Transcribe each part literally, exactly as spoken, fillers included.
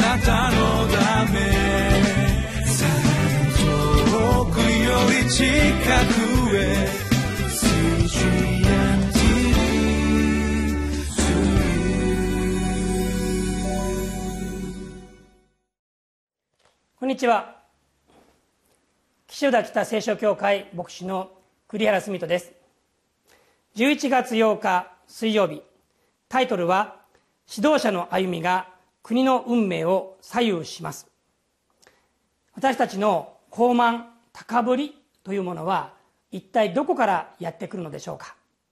なたのため遠くより近くへこんにちは。岸田北聖書協会牧師の栗原澄人です。じゅういちがつようか水曜日、タイトルは指導者の歩みが国の運命を左右します。私たちの高慢高ぶりというものは一体どこからやってくるのでしょうか。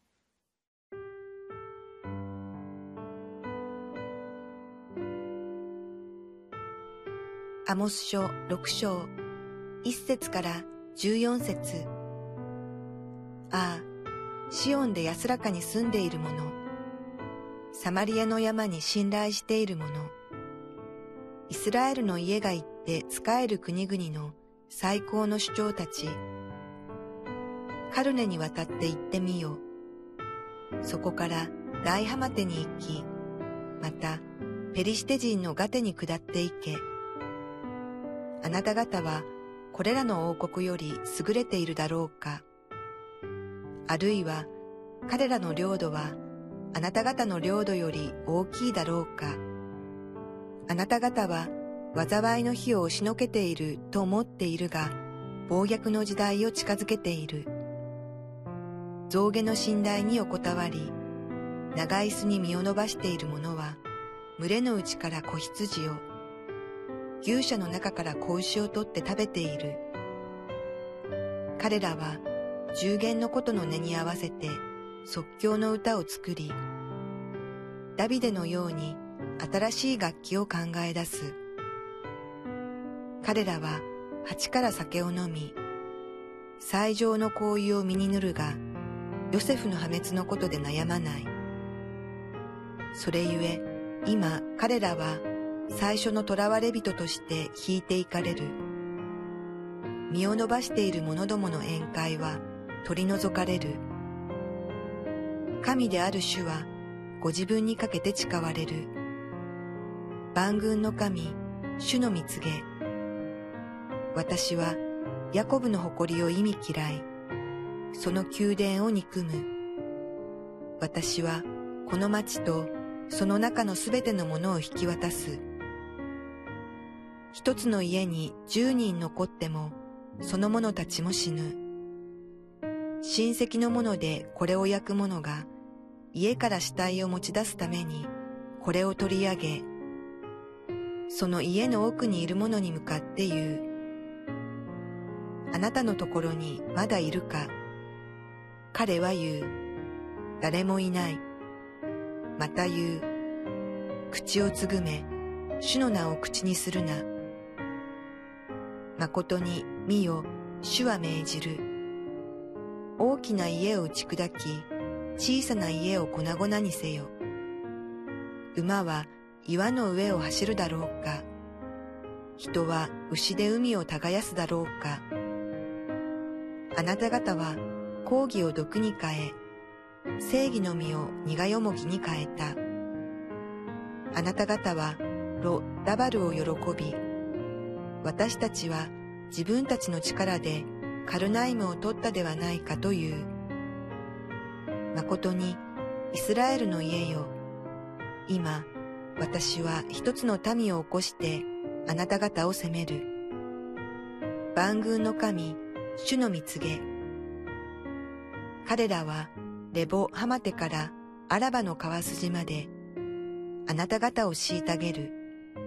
アモス書ろく章いっ節からじゅうよん節。ああ、シオンで安らかに住んでいる者、サマリアの山に信頼している者、イスラエルの家が行って仕える国々の最高の首長たち、カルネに渡って行ってみよ。そこから大ハマテに行き、またペリシテ人のガテに下って行け。あなた方はこれらの王国より優れているだろうか。あるいは彼らの領土はあなた方の領土より大きいだろうか。あなた方は災いの日を押しのけていると思っているが、暴虐の時代を近づけている。象牙の寝台に横たわり、長椅子に身を伸ばしている者は、群れのうちから子羊を、牛舎の中から子牛を取って食べている。彼らは十弦の琴の音に合わせて即興の歌を作り、ダビデのように新しい楽器を考え出す。彼らは鉢から酒を飲み、最上の香油を身に塗るが、ヨセフの破滅のことで悩まない。それゆえ、今彼らは最初の囚われ人として引いていかれる。身を伸ばしている者どもの宴会は取り除かれる。神である主はご自分にかけて誓われる。万軍の神、主の蜜げ。私はヤコブの誇りを忌み嫌い、その宮殿を憎む。私はこの町とその中のすべてのものを引き渡す。一つの家に十人残っても、その者たちも死ぬ。親戚の者でこれを焼く者が、家から死体を持ち出すために、これを取り上げ、その家の奥にいる者に向かって言う。あなたのところにまだいるか。彼は言う。誰もいない。また言う。口をつぐめ、主の名を口にするな。まことに見よ、主は命じる。大きな家を打ち砕き、小さな家を粉々にせよ。馬は岩の上を走るだろうか。人は牛で海を耕すだろうか。あなた方は公義を毒に変え、正義の実を苦よもぎに変えた。あなた方はロ・ダバルを喜び、私たちは自分たちの力でカルナイムを取ったではないかという。まことにイスラエルの家よ、今私は一つの民を起こしてあなた方を責める。万軍の神、主の蜜げ。彼らはレボハマテからアラバの川筋まであなた方を虐げる。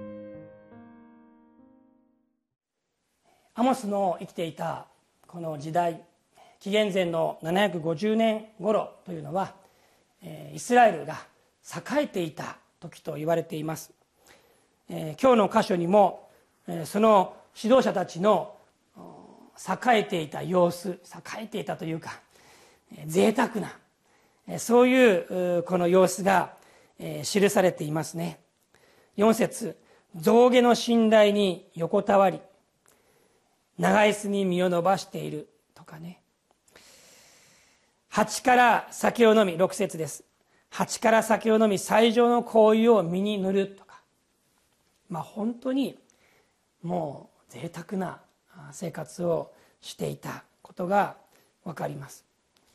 アモスの生きていたこの時代、紀元前のななひゃくごじゅうねん頃というのは、イスラエルが栄えていた時と言われています。今日の箇所にもその指導者たちの栄えていた様子、栄えていたというか贅沢な、そういうこの様子が記されていますね。よん節、象牙の寝台に横たわり、長椅子に身を伸ばしているとかね。鉢から酒を飲み、ろく節です。鉢から酒を飲み、最上の香油を身に塗るとか。 まあ本当にもう贅沢な生活をしていたことが分かります。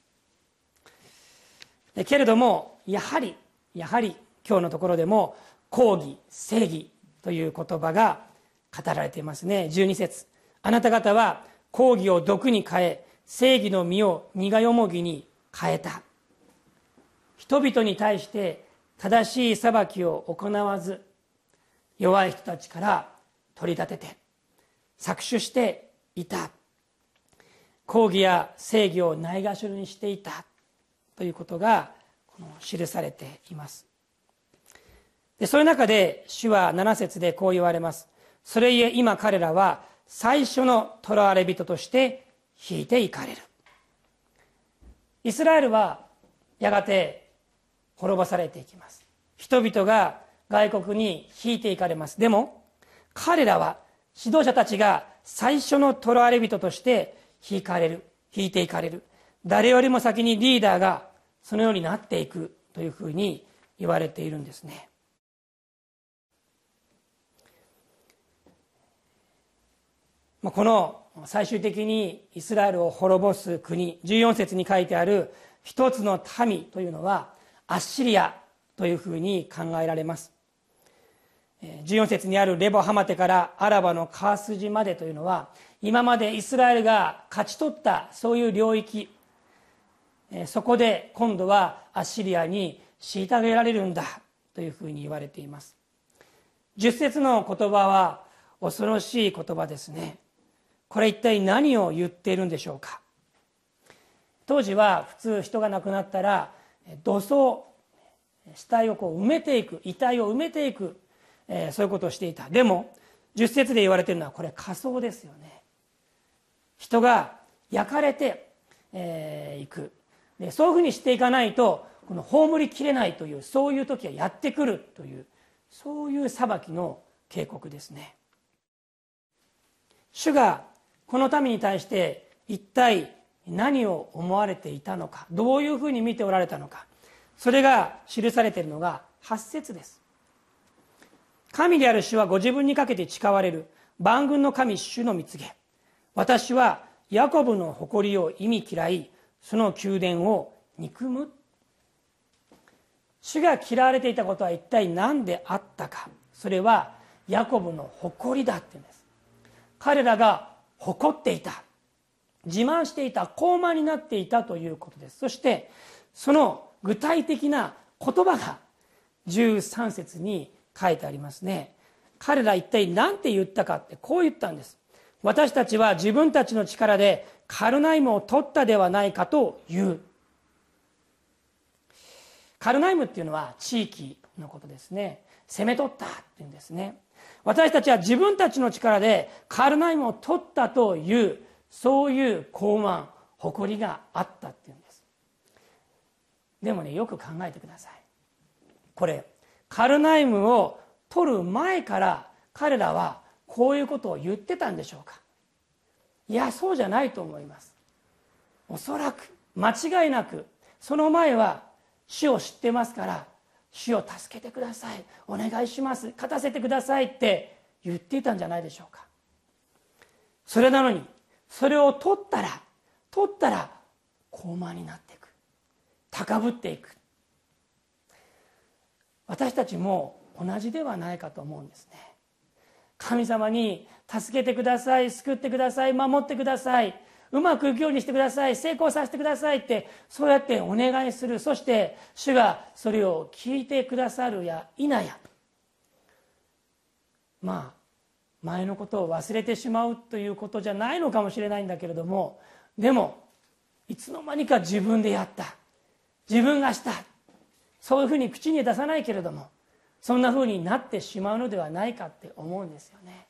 けれどもやはりやはり今日のところでも公義正義という言葉が語られていますね。じゅうに節、あなた方は公義を毒に変え正義の実を苦よもぎに変えた。人々に対して正しい裁きを行わず弱い人たちから取り立てて搾取していた。公義や正義をないがしろにしていたということがこの記されています。でそういう中で主はなな節でこう言われます。それゆえ今彼らは最初の囚われ人として引いていかれる。イスラエルはやがて滅ぼされていきます。人々が外国に引いていかれます。でも彼らは指導者たちが最初の囚われ人として引かれる引いていかれる。誰よりも先にリーダーがそのようになっていくというふうに言われているんですね。この最終的にイスラエルを滅ぼす国、じゅうよん節に書いてある一つの民というのはアッシリアというふうに考えられます。じゅうよん節にあるレボハマテからアラバの川筋までというのは今までイスラエルが勝ち取ったそういう領域、そこで今度はアッシリアに虐げられるんだというふうに言われています。じゅっ節の言葉は恐ろしい言葉ですね。これ一体何を言っているんでしょうか。当時は普通人が亡くなったら土葬、死体をこう埋めていく、遺体を埋めていく、えー、そういうことをしていた。でもじゅっ節で言われているのはこれ火葬ですよね。人が焼かれてい、えー、くでそういうふうにしていかないとこの葬りきれないという、そういう時がやってくるという、そういう裁きの警告ですね。主がこの民に対して一体何を思われていたのか、どういうふうに見ておられたのか、それが記されているのがはち節です。神である主はご自分にかけて誓われる万軍の神主の御告げ、私はヤコブの誇りを忌み嫌い、その宮殿を憎む。主が嫌われていたことは一体何であったか。それはヤコブの誇りだって言うんです。彼らが誇っていた、自慢していた、高慢になっていたということです。そしてその具体的な言葉がじゅうさん節に書いてありますね。彼ら一体何て言ったかって、こう言ったんです。私たちは自分たちの力でカルナイムを取ったではないかという。カルナイムっていうのは地域のことですね。攻め取ったっていうんですね。私たちは自分たちの力でカルナイムを取ったという、そういう高慢、誇りがあったっていうんです。でもね、よく考えてください。これカルナイムを取る前から彼らはこういうことを言ってたんでしょうか。いや、そうじゃないと思います。おそらく間違いなくその前は主を知ってますから、主を助けてください、お願いします、勝たせてくださいって言っていたんじゃないでしょうか。それなのにそれを取ったら取ったら高慢になっていく、高ぶっていく。私たちも同じではないかと思うんですね。神様に助けてください、救ってください、守ってください、うまくいくようにしてください、成功させてくださいってそうやってお願いする。そして主がそれを聞いてくださるや否や、まあ前のことを忘れてしまうということじゃないのかもしれないんだけれども、でもいつの間にか自分でやった、自分がした、そういうふうに口に出さないけれどもそんなふうになってしまうのではないかって思うんですよね。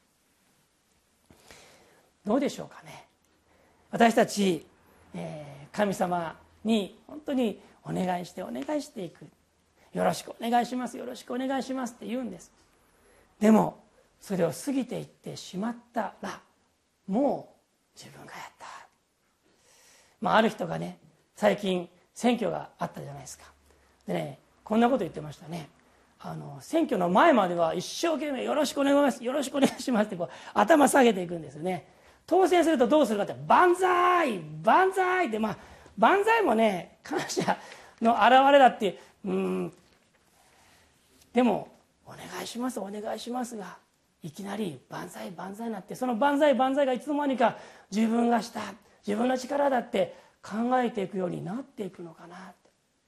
どうでしょうかね。私たち、えー、神様に本当にお願いしてお願いしていく、よろしくお願いします、よろしくお願いしますって言うんです。でもそれを過ぎていってしまったらもう自分がやった、まあ、ある人がね、最近選挙があったじゃないですか。でね、こんなこと言ってましたね。 あの選挙の前までは一生懸命よろしくお願いしますよろしくお願いしますってこう頭下げていくんですよね。当選するとどうするかって万歳万歳って、まあ万歳もね感謝の表れだって、うん、でもお願いしますお願いしますがいきなり万歳万歳になって、その万歳万歳がいつの間にか自分がした自分の力だって考えていくようになっていくのかなって、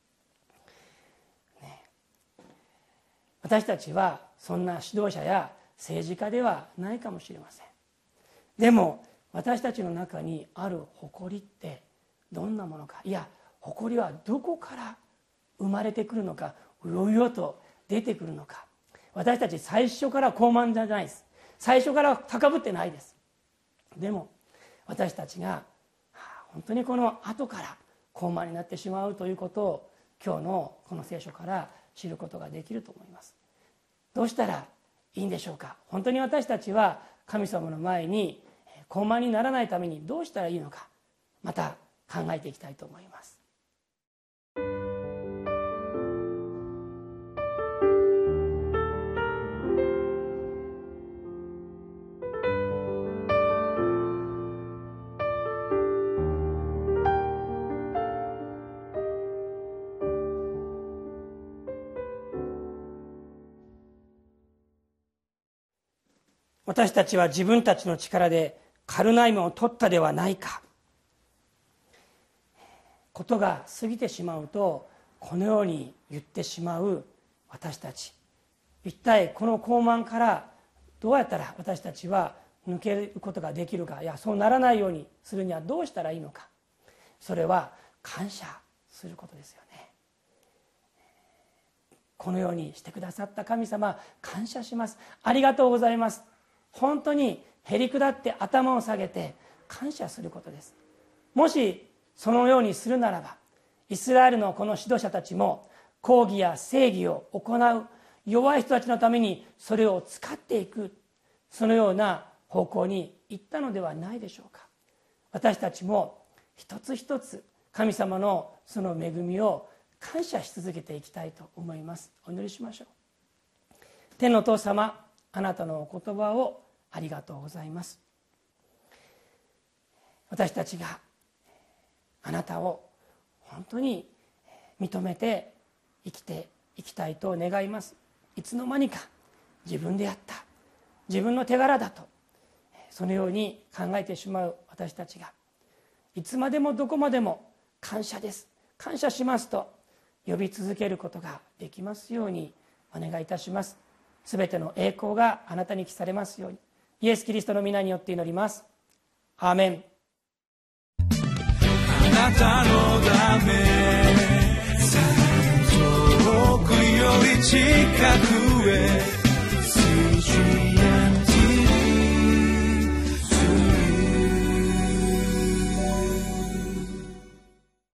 ね、私たちはそんな指導者や政治家ではないかもしれません。でも私たちの中にある誇りってどんなものか、いや誇りはどこから生まれてくるのか、うようよと出てくるのか。私たち最初から高慢じゃないです。最初から高ぶってないです。でも私たちが本当にこの後から高慢になってしまうということを今日のこの聖書から知ることができると思います。どうしたらいいんでしょうか。本当に私たちは神様の前に高慢にならないためにどうしたらいいのか、また考えていきたいと思います。私たちは自分たちの力でカルナイムを取ったではないか。ことが過ぎてしまうとこのように言ってしまう私たち、一体この高慢からどうやったら私たちは抜けることができるか、いやそうならないようにするにはどうしたらいいのか。それは感謝することですよね。このようにしてくださった神様、感謝します、ありがとうございます、本当にへりくだって頭を下げて感謝することです。もしそのようにするならば、イスラエルのこの指導者たちも公義や正義を行う弱い人たちのためにそれを使っていく、そのような方向に行ったのではないでしょうか。私たちも一つ一つ神様のその恵みを感謝し続けていきたいと思います。お祈りしましょう。天のお父様、あなたのお言葉をありがとうございます。私たちがあなたを本当に認めて生きていきたいと願います。いつの間にか自分でやった、自分の手柄だとそのように考えてしまう私たちが、いつまでもどこまでも感謝です感謝しますと呼び続けることができますようにお願いいたします。すべての栄光があなたに帰されますように、イエス・キリストの皆によって祈ります。アーメン。 あなたのため遠くより近くへ